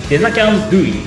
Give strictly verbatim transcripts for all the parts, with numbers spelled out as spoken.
デザキャンドゥイ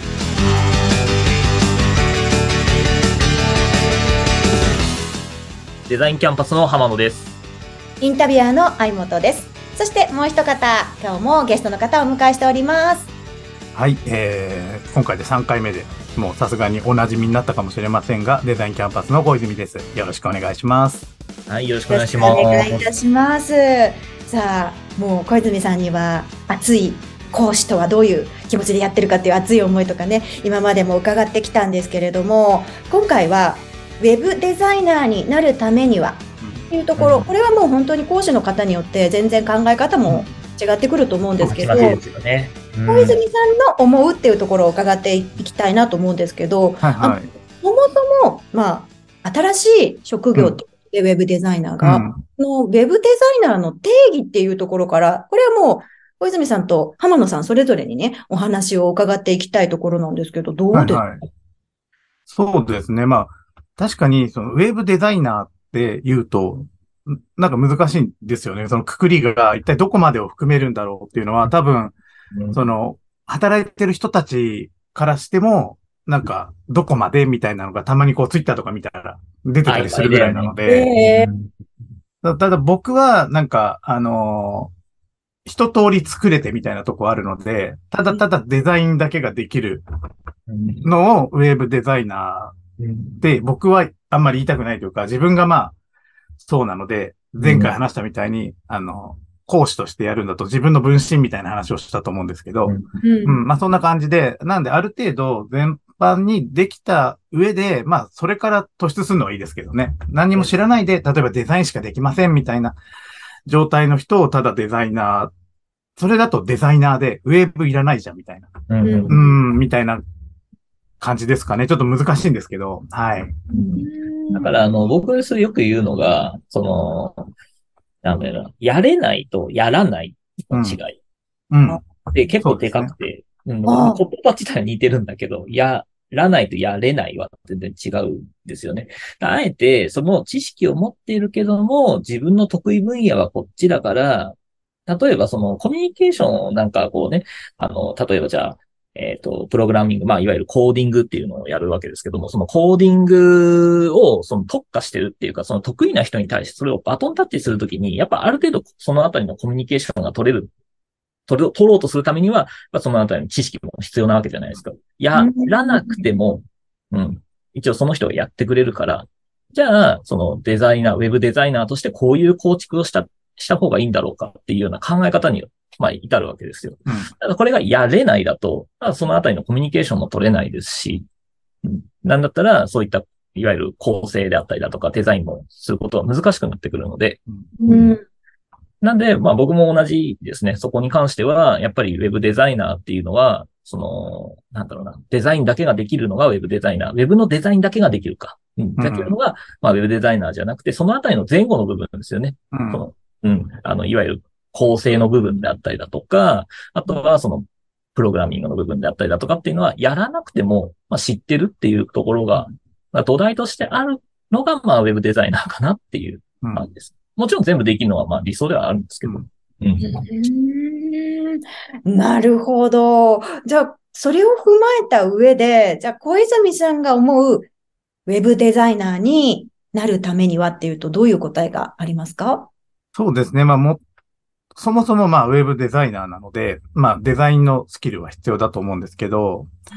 デザインキャンパスの浜野です。 インタビュアーの相本です。そしてもう一方、今日もゲストの方をお迎えしております。 はい、えー、今回でさんかいめで、もうさすがにお馴染みになったかもしれませんが、デザインキャンパスの小泉です。よろしくお願いします。 はい、よろしくお願いします。 お願いいたします。さあ、もう小泉さんには熱い講師とはどういう気持ちでやってるかっていう熱い思いとかね、今までも伺ってきたんですけれども、今回はウェブデザイナーになるためにはっていうところ、うん、これはもう本当に講師の方によって全然考え方も違ってくると思うんですけど、うんですよね、うん、 小泉さんの思うっていうところを伺っていきたいなと思うんですけど、 はいはい、 そもそも、まあ、新しい職業としてウェブデザイナーが、うん、のウェブデザイナーの定義っていうところから、これはもう小泉さんと浜野さんそれぞれにね、お話を伺っていきたいところなんですけど、どうですか？はいはい、 そうですね。まあ、確かに、そのウェブデザイナーって言うと、なんか難しいんですよね。そのくくりが一体どこまでを含めるんだろうっていうのは、多分、うん、その、働いてる人たちからしても、なんか、どこまでみたいなのがたまにこう、ツイッターとか見たら出てたりするぐらいなので、ただ僕は、なんか、あのー、一通り作れてみたいなとこあるので、ただただデザインだけができるのをウェブデザイナーって僕はあんまり言いたくないというか、自分がまあ、そうなので、前回話したみたいに、あの、講師としてやるんだと自分の分身みたいな話をしたと思うんですけど、うん、うん、まあそんな感じで、なんである程度全般にできた上で、まあそれから突出するのはいいですけどね。何にも知らないで、例えばデザインしかできませんみたいな状態の人をただデザイナー、それだとデザイナーでウェブいらないじゃんみたいな。うん、うん、みたいな感じですかね。ちょっと難しいんですけど、はい。 だから、あの、僕、それよく言うのが、その、なんだろうな、やれないとやらないの違い。うん。うん、で、結構でかくて、う、ね、うん、言葉自体は似てるんだけど、やらないとやれないは全然違うんですよね。あえて、その知識を持っているけども、自分の得意分野はこっちだから、例えばそのコミュニケーションなんかこうね、あの、例えばじゃあ、えっと、プログラミング、まあ、いわゆるコーディングっていうのをやるわけですけども、そのコーディングをその特化してるっていうか、その得意な人に対してそれをバトンタッチするときに、やっぱある程度そのあたりのコミュニケーションが取れる、取ろ取ろうとするためには、そのあたりの知識も必要なわけじゃないですか。やらなくても、うん。一応その人がやってくれるから、じゃあ、そのデザイナー、ウェブデザイナーとしてこういう構築をした、した方がいいんだろうかっていうような考え方にまあ、至るわけですよ。うん、ただこれがやれないだと、そのあたりのコミュニケーションも取れないですし、うん、なんだったら、そういった、いわゆる構成であったりだとか、デザインもすることは難しくなってくるので、うんうん、なんで、まあ僕も同じですね。そこに関しては、やっぱりウェブデザイナーっていうのは、その、なんだろうな、デザインだけができるのがウェブデザイナー。ウェブのデザインだけができるか。うん。だけるのが、まあウェブデザイナーじゃなくて、そのあたりの前後の部分ですよね。うん。その、うん。あの、いわゆる構成の部分であったりだとか、あとはその、プログラミングの部分であったりだとかっていうのは、やらなくても、まあ知ってるっていうところが、まあ土台としてあるのが、まあウェブデザイナーかなっていう感じです。もちろん全部できるのはまあ理想ではあるんですけど。うんうん、なるほど。じゃあ、それを踏まえた上で、じゃあ小泉さんが思うウェブデザイナーになるためにはっていうと、どういう答えがありますか？ そうですね。まあも、そもそもまあウェブデザイナーなので、まあデザインのスキルは必要だと思うんですけど、うん、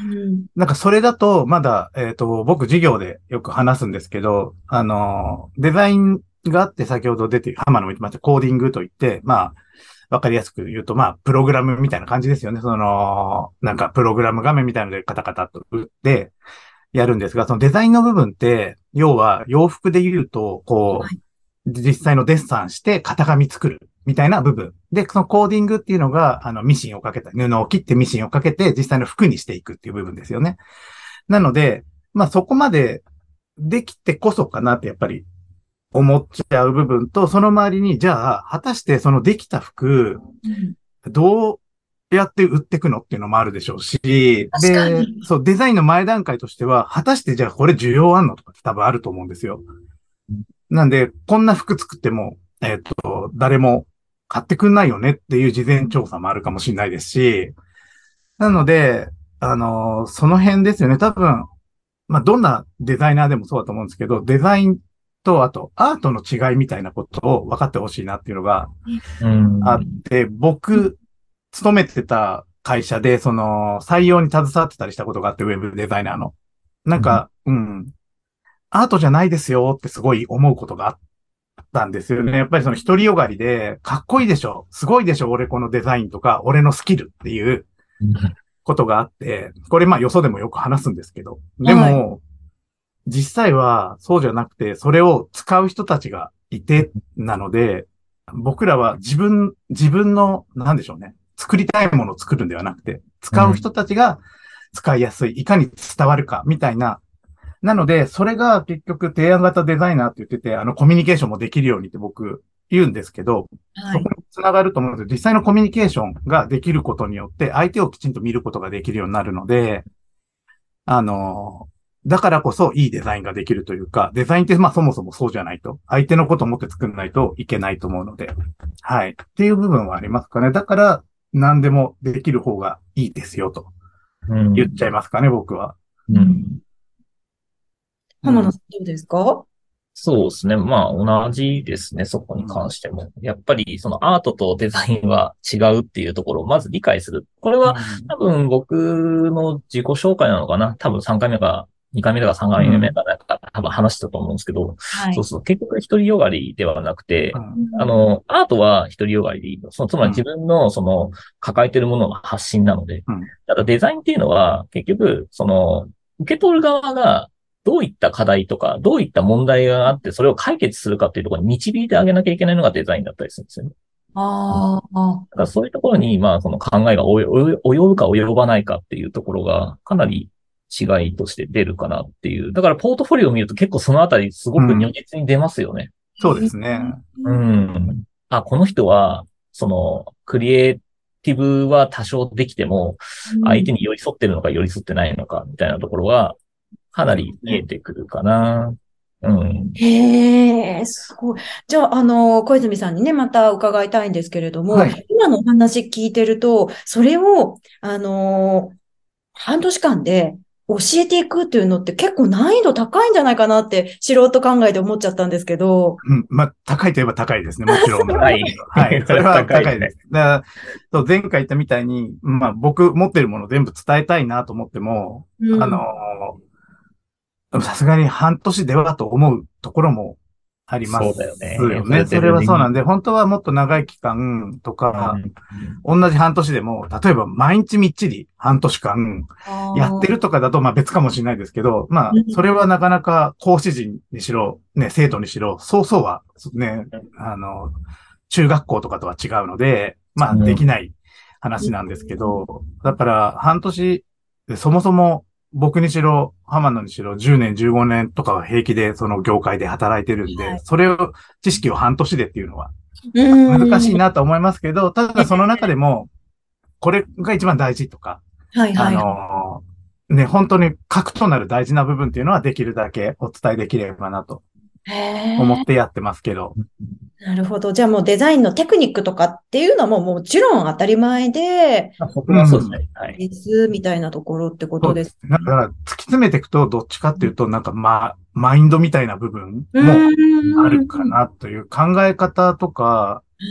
なんかそれだとまだ、えっと、僕授業でよく話すんですけど、あの、デザインがあって先ほど出て、浜野も言ってました、コーディングといって、まあ、わかりやすく言うと、まあ、プログラムみたいな感じですよね。その、なんかプログラム画面みたいなのでカタカタと打ってやるんですが、そのデザインの部分って、要は洋服で言うと、こう、実際のデッサンして型紙作るみたいな部分。で、そのコーディングっていうのが、あの、ミシンをかけた、布を切ってミシンをかけて実際の服にしていくっていう部分ですよね。なので、まあそこまでできてこそかなってやっぱり思っちゃう部分と、その周りに、じゃあ、果たしてそのできた服、どうやって売っていくのっていうのもあるでしょうし、で、そう、デザインの前段階としては、果たしてじゃあこれ需要あんのとかって多分あると思うんですよ。なんで、こんな服作っても、えっと、誰も買ってくんないよねっていう事前調査もあるかもしれないですし、 なので、あのーその辺ですよね。多分、まあ、どんなデザイナーでもそうだと思うんですけど、デザインと、あと、アートの違いみたいなことを分かってほしいなっていうのがうん。 あって、僕、勤めてた会社で、その、採用に携わってたりしたことがあって、ウェブデザイナーの。なんか、うん、アートじゃないですよってすごい思うことがあったんですよね。やっぱりその独りよがりで、かっこいいでしょ、すごいでしょ、俺このデザインとか、俺のスキルっていうことがあって、これまあよそでもよく話すんですけど、ではい。 も、実際はそうじゃなくて、それを使う人たちがいて、なので、僕らは自分、自分の、なんでしょうね、作りたいものを作るんではなくて、使う人たちが使いやすい、いかに伝わるか、みたいな。なので、それが結局提案型デザイナーって言ってて、あの、コミュニケーションもできるようにって僕言うんですけど、 はい。 そこにつながると思うんですよ。実際のコミュニケーションができることによって、相手をきちんと見ることができるようになるので、あの、だからこそいいデザインができるというか、デザインってまあそもそもそうじゃないと。相手のことを思って作らないといけないと思うので。はい。っていう部分はありますかね。だから、何でもできる方がいいですよとうん。 言っちゃいますかね、僕は。 うん。 うん。 浜野さん、どうですか？ そうですね。まあ、同じですね。そこにうん。 関しても。やっぱり、そのアートとデザインは違うっていうところをまず理解する。これはうん。 多分僕の自己紹介なのかな。多分さんかいめかにかいめとかさんかいめかなんか多分話したと思うんですけど、 はい。 そうそう。結局独りよがりではなくて、 うん。 あの、アートは独りよがりでいいの。その、つまり自うん。 分のその抱えてるものの発信なので。 うん。 ただデザインっていうのは結局、その、受け取る側がどういった課題とか、どういった問題があって、それを解決するかっていうところに導いてあげなきゃいけないのがデザインだったりするんですよね。 ああ、 だからそういうところに、まあ、その考えが及及ぶか及ばないかっていうところが、かなり違いとして出るかなっていう。だから、ポートフォリオを見ると結構そのあたりすごく如うん。 実に出ますよね。 そうでへえ。 すね。 うん。あ、この人は、その、クリエイティブは多少できても、 うん。 相手に寄り添ってるのか寄り添ってないのか、みたいなところは、かなり見えてくるかな。うん。 へえ、すごい。じゃあ、あの、小泉さんにね、また伺いたいんですけれども、 はい。 今のお話聞いてると、それを、あの、半年間で教えていくっていうのって結構難易度高いんじゃないかなって素人考えで思っちゃったんですけど。 うん。まあ、高いといえば高いですね。もちろんなんはい。 ですけど。はい。 それはそれは高いですね。 高いです。だから、そう前回言ったみたいに、まあ、僕持ってるもの全部伝えたいなと思っても、あのうん。 さすがに半年ではと思うところもありまそうだよすね。 よね。 それそれ全然、 はそうなんで、本当はもっと長い期間とか、 うん。 同じ半年でも、例えば毎日みっちり半年間やってるああ。 とかだと、まあ別かもしれないですけど、まあ、それはなかなか講師陣にしろ、ね、生徒にしろ、そうそうは、ね、あの、中学校とかとは違うので、まあうん。 できない話なんですけど、だから半年でそもそも僕にしろ、浜野にしろ、じゅうねん、じゅうごねんとかは平気でその業界で働いてるんで、 はい。 それを、知識を半年でっていうのはう難しいん。 なと思いますけど、ただそのね。 中でも、これが一番大事とか、あはいはい。 のーね、本当に核となる大事な部分っていうのはできるだけお伝えできればなとへ思っえ。 てやってますけど。 なるほど。じゃあもうデザインのテクニックとかっていうのももちろん当たり前で、 まあ、そこうん。 はそうですね。はい。 です、みたいなところってことですそうですね。だかね。 ら、突き詰めていくと、どっちかっていうと、なんか、ま、マインドみたいな部分うもあーるかん。 なという考え方とか、 うん。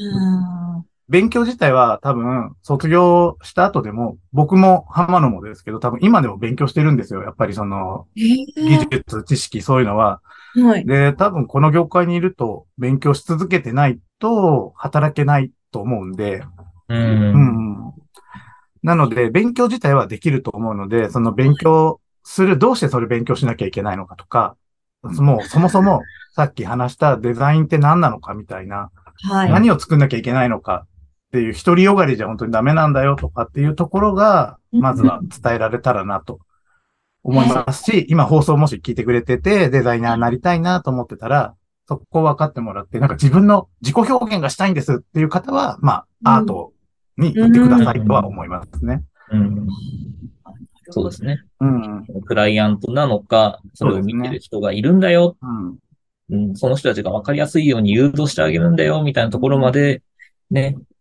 勉強自体は多分、卒業した後でも、僕も浜野もですけど、多分今でも勉強してるんですよ。やっぱりその、 え技え。 術、知識、そういうのは。 はい。 で、多分この業界にいると、勉強し続けてないと、働けないと思うんで、 ううん。 ん。なので、勉強自体はできると思うので、その勉強する、どうしてそれ勉強しなきゃいけないのかとか、もうそもそもさっき話したデザインって何なのかみたいな、 はい。 何を作んなきゃいけないのかっていう独りよがりじゃ本当にダメなんだよとかっていうところが、 うん。 まずは伝えられたらなと思いへますし、今放送もし聞いてくれてて、デザイナーになりたいなと思ってたら、そこを分かってもらって、なんか自分の自己表現がしたいんですっていう方は、まあ、アーうん。 トに行ってくだうん。なうさいとはん。 思いますね。 うん。 るほど。 そうですね。 うん。 クライアントなのか、そそれを見てるうですね。 人がいるんだよ。 うん。 うん、その人たちが分かりやすいように誘導してあげるんだよ、みたいなところまで、ね、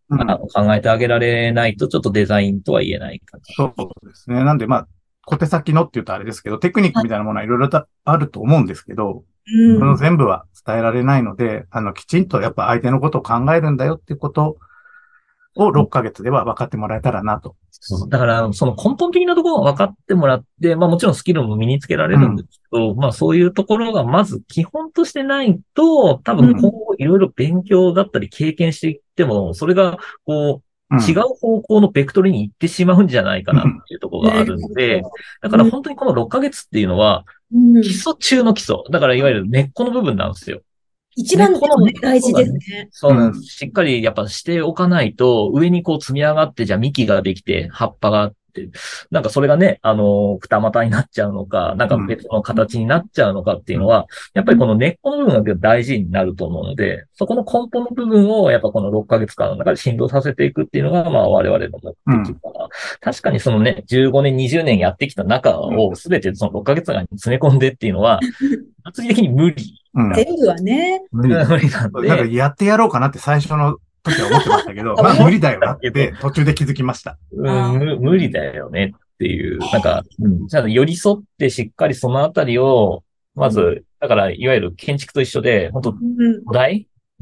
うん、 あの考えてあげられないと、ちょっとデザインとは言えないかな。 そうですね。なんで、まあ、小手先のって言うとあれですけど、テクニックみたいなものはいろいろとあると思うんですけど、そのうん。 全部は伝えられないので、あの、きちんとやっぱ相手のことを考えるんだよっていうことをろっかげつでは分かってもらえたらなと。 そう、だから、その根本的なところが分かってもらって、まあもちろんスキルも身につけられるんでうん、 すけど、まあそういうところがまず基本としてないと、多分今うん、 後いろいろ勉強だったり経験していっても、それがこう、違うん。 う方向のベクトルに行ってしまうんじゃないかなっていうところがあなるるんで、 ほど。 だからうん。 本当にこのろっかげつっていうのは、 うん。 基礎中の基礎。だからいわゆる根っこの部分なんですよ。 一根っこの番でもね、大事です方がね、 ね。 そうなんです。 うん。 しっかりやっぱしておかないと、上にこう積み上がって、じゃあ幹ができて、葉っぱがあって、なんかそれがね、あの、二股になっちゃうのか、なんかうん。 別の形になっちゃうのかっていううん。 のは、やっぱりこの根っこの部分が大事になると思うので、そこの根本の部分をやっぱこのろっかげつかんの中で振動させていくっていうのが、まあ我々の目うん。 的かな。確かにそのね、じゅうごねん、にじゅうねんやってきた中をすべてそのろっかげつかんに詰め込んでっていうのは、物理的に無理うん。 なん全部はね。 無理。 無理なんなんかで、 やってやろうかなって最初の時は思ってましたけど、まあ思っ無理だよなっだけど、 て途中で気づきました。 うん、 た。 無無理だよねっていう、なんか、うん、じゃあ寄り添ってしっかりそのあたりを、まず、だから、いわゆる建築と一緒で、本当うん。 うん。 土台うん、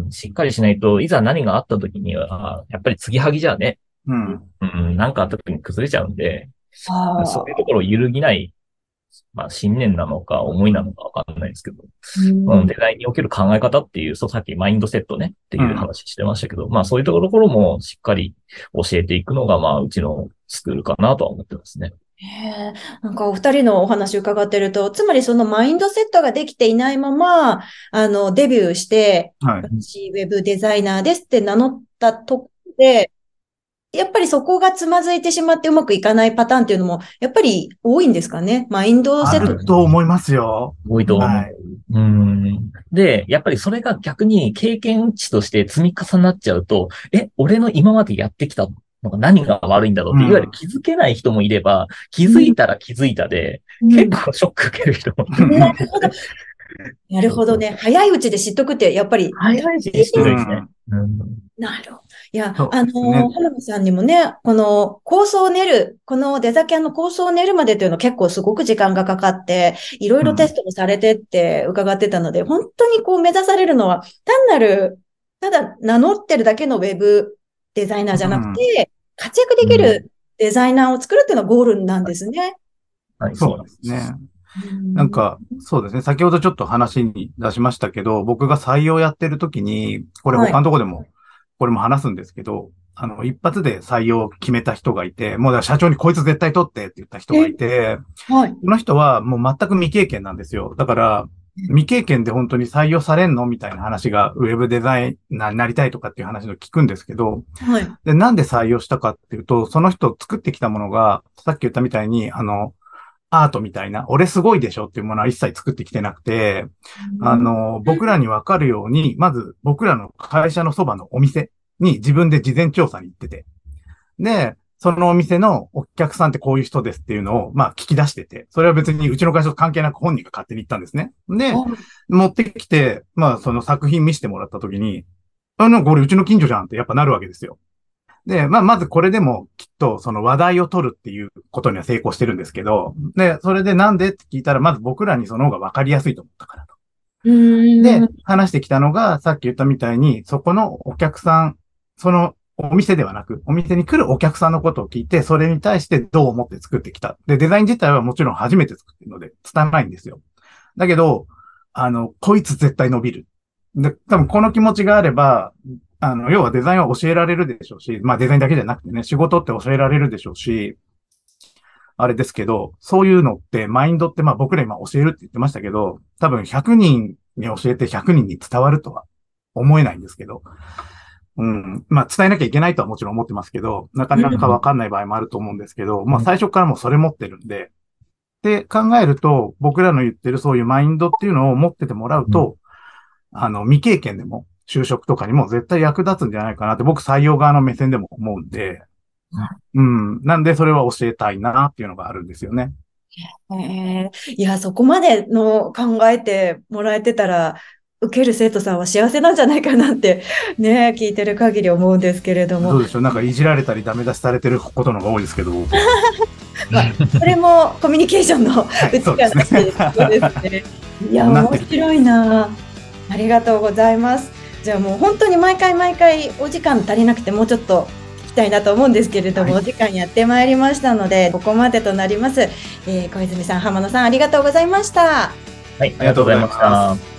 しっかりしないといざ何があった時には、やっぱり継ぎはぎじゃね、 うん。 うん、なんかあった時に崩れちゃうんで、そういうとああ。 ころを揺るぎない、まあ、信念なのか思いなのかわかんないですけど、 ううん、 ん。 デザインにおける考え方っていう、そう、さっきマインドセットねっていううん。 話してましたけど、まあそういうところもしっかり教えていくのが、まあうちのスクールかなとは思ってますね。 へえ、なんかお二人のお話伺ってると、つまりそのマインドセットができていないまま、あの、デビューして、 はい。 私、ウェブデザイナーですって名乗ったところで、やっぱりそこがつまずいてしまってうまくいかないパターンっていうのも、やっぱり多いんですかね。マインドあセット。 ると思いますよ。 多いと思はい。 う。うん。で、やっぱりそれが逆に経験値として積み重なっちゃうと、え、俺の今までやってきたのが何が悪いんだろうって、いわゆるうん。 気づけない人もいれば、気づうん、 いたら気づいたで、 うん。 結構ショック受ける人もいる。 なるほど。なるそうそう。 ほどね。早いうちで知っとくって、やっぱり大早いしにし事です。 てるですね。 うん。 うん。 なるほど。いや、 そうあですね。 の、浜野さんにもね、この構想を練る、このデザキャンの構想を練るまでというのは結構すごく時間がかかって、いろいろテスうん。 トもされてって伺ってたので、本当にこう目指されるのは、単なる、ただ名乗ってるだけのウェブデザイナーじゃなくうん。 て、活躍でうん。 きるデザイナーを作るっていうのがゴールなんですね。 はい、そうそうなんです。 ですね。 うん。 なんか、そうですね。先ほどちょっと話に出しましたけど、僕が採用やってる時に、これはい。 他のとこでも、これも話すんですけど、あの、一発で採用を決めた人がいて、もうだから社長にこいつ絶対取ってって言った人がえ、 いて、 はい。 この人はもう全く未経験なんですよ。だから、未経験で本当に採用されんのみたいな話が、ウェブデザイナーになりたいとかっていう話を聞くんですけど、 はい。 で、なんで採用したかっていうと、その人作ってきたものが、さっき言ったみたいに、あの、アートみたいな、俺すごいでしょっていうものは一切作ってきてなくて、あうん。 の、僕らにわかるように、まず僕らの会社のそばのお店に自分で事前調査に行ってて、で、そのお店のお客さんってこういう人ですっていうのを、まあ聞き出してて、それは別にうちの会社と関係なく本人が勝手に言ったんですね。で、 あ、 持ってきて、まあその作品見せてもらった時に、あ、なんか俺うちの近所じゃんってやっぱなるわけですよ。で、まあ、まずこれでもきっとその話題を取るっていうことには成功してるんですけど、で、それでなんでって聞いたら、まず僕らにその方が分かりやすいと思ったからと。 うーで、 ん。 話してきたのが、さっき言ったみたいに、そこのお客さん、そのお店ではなく、お店に来るお客さんのことを聞いて、それに対してどう思って作ってきた。で、デザイン自体はもちろん初めて作ってるので、拙いんですよ。だけど、あの、こいつ絶対伸びる。で、多分この気持ちがあれば、あの、要はデザインは教えられるでしょうし、まあデザインだけじゃなくてね、仕事って教えられるでしょうし、あれですけど、そういうのって、マインドってまあ僕ら今教えるって言ってましたけど、多分ひゃくにんに教えてひゃくにんに伝わるとは思えないんですけど、うん。まあ伝えなきゃいけないとはもちろん思ってますけど、なかなかわかんない場合もあると思うんですけど、まあ最初からもうそれ持ってるんで、で考えると、僕らの言ってるそういうマインドっていうのを持っててもらうと、あの、未経験でも、就職とかにも絶対役立つんじゃないかなって僕採用側の目線でも思うんで、うん。なんでそれは教えたいなっていうのがあるんですよね。 ええ、いや、そこまでの考えてもらえてたら、 受ける生徒さんは幸せなんじゃないかなってね、聞いてる限り思うんですけれども。 どうでしょう、なんかいじられたりダメ出しされてることの方が多いですけど。 まあ、それもコミュニケーションのうちがなっていることですね。いや、面白いな。ありがとうございます。じゃあもう本当に毎回毎回お時間足りなくてもうちょっと聞きたいなと思うんですけれども、はい、お時間やってまいりましたので、ここまでとなります。えー、小泉さん、浜野さん、ありがとうございました。 はい、ありがとうございました。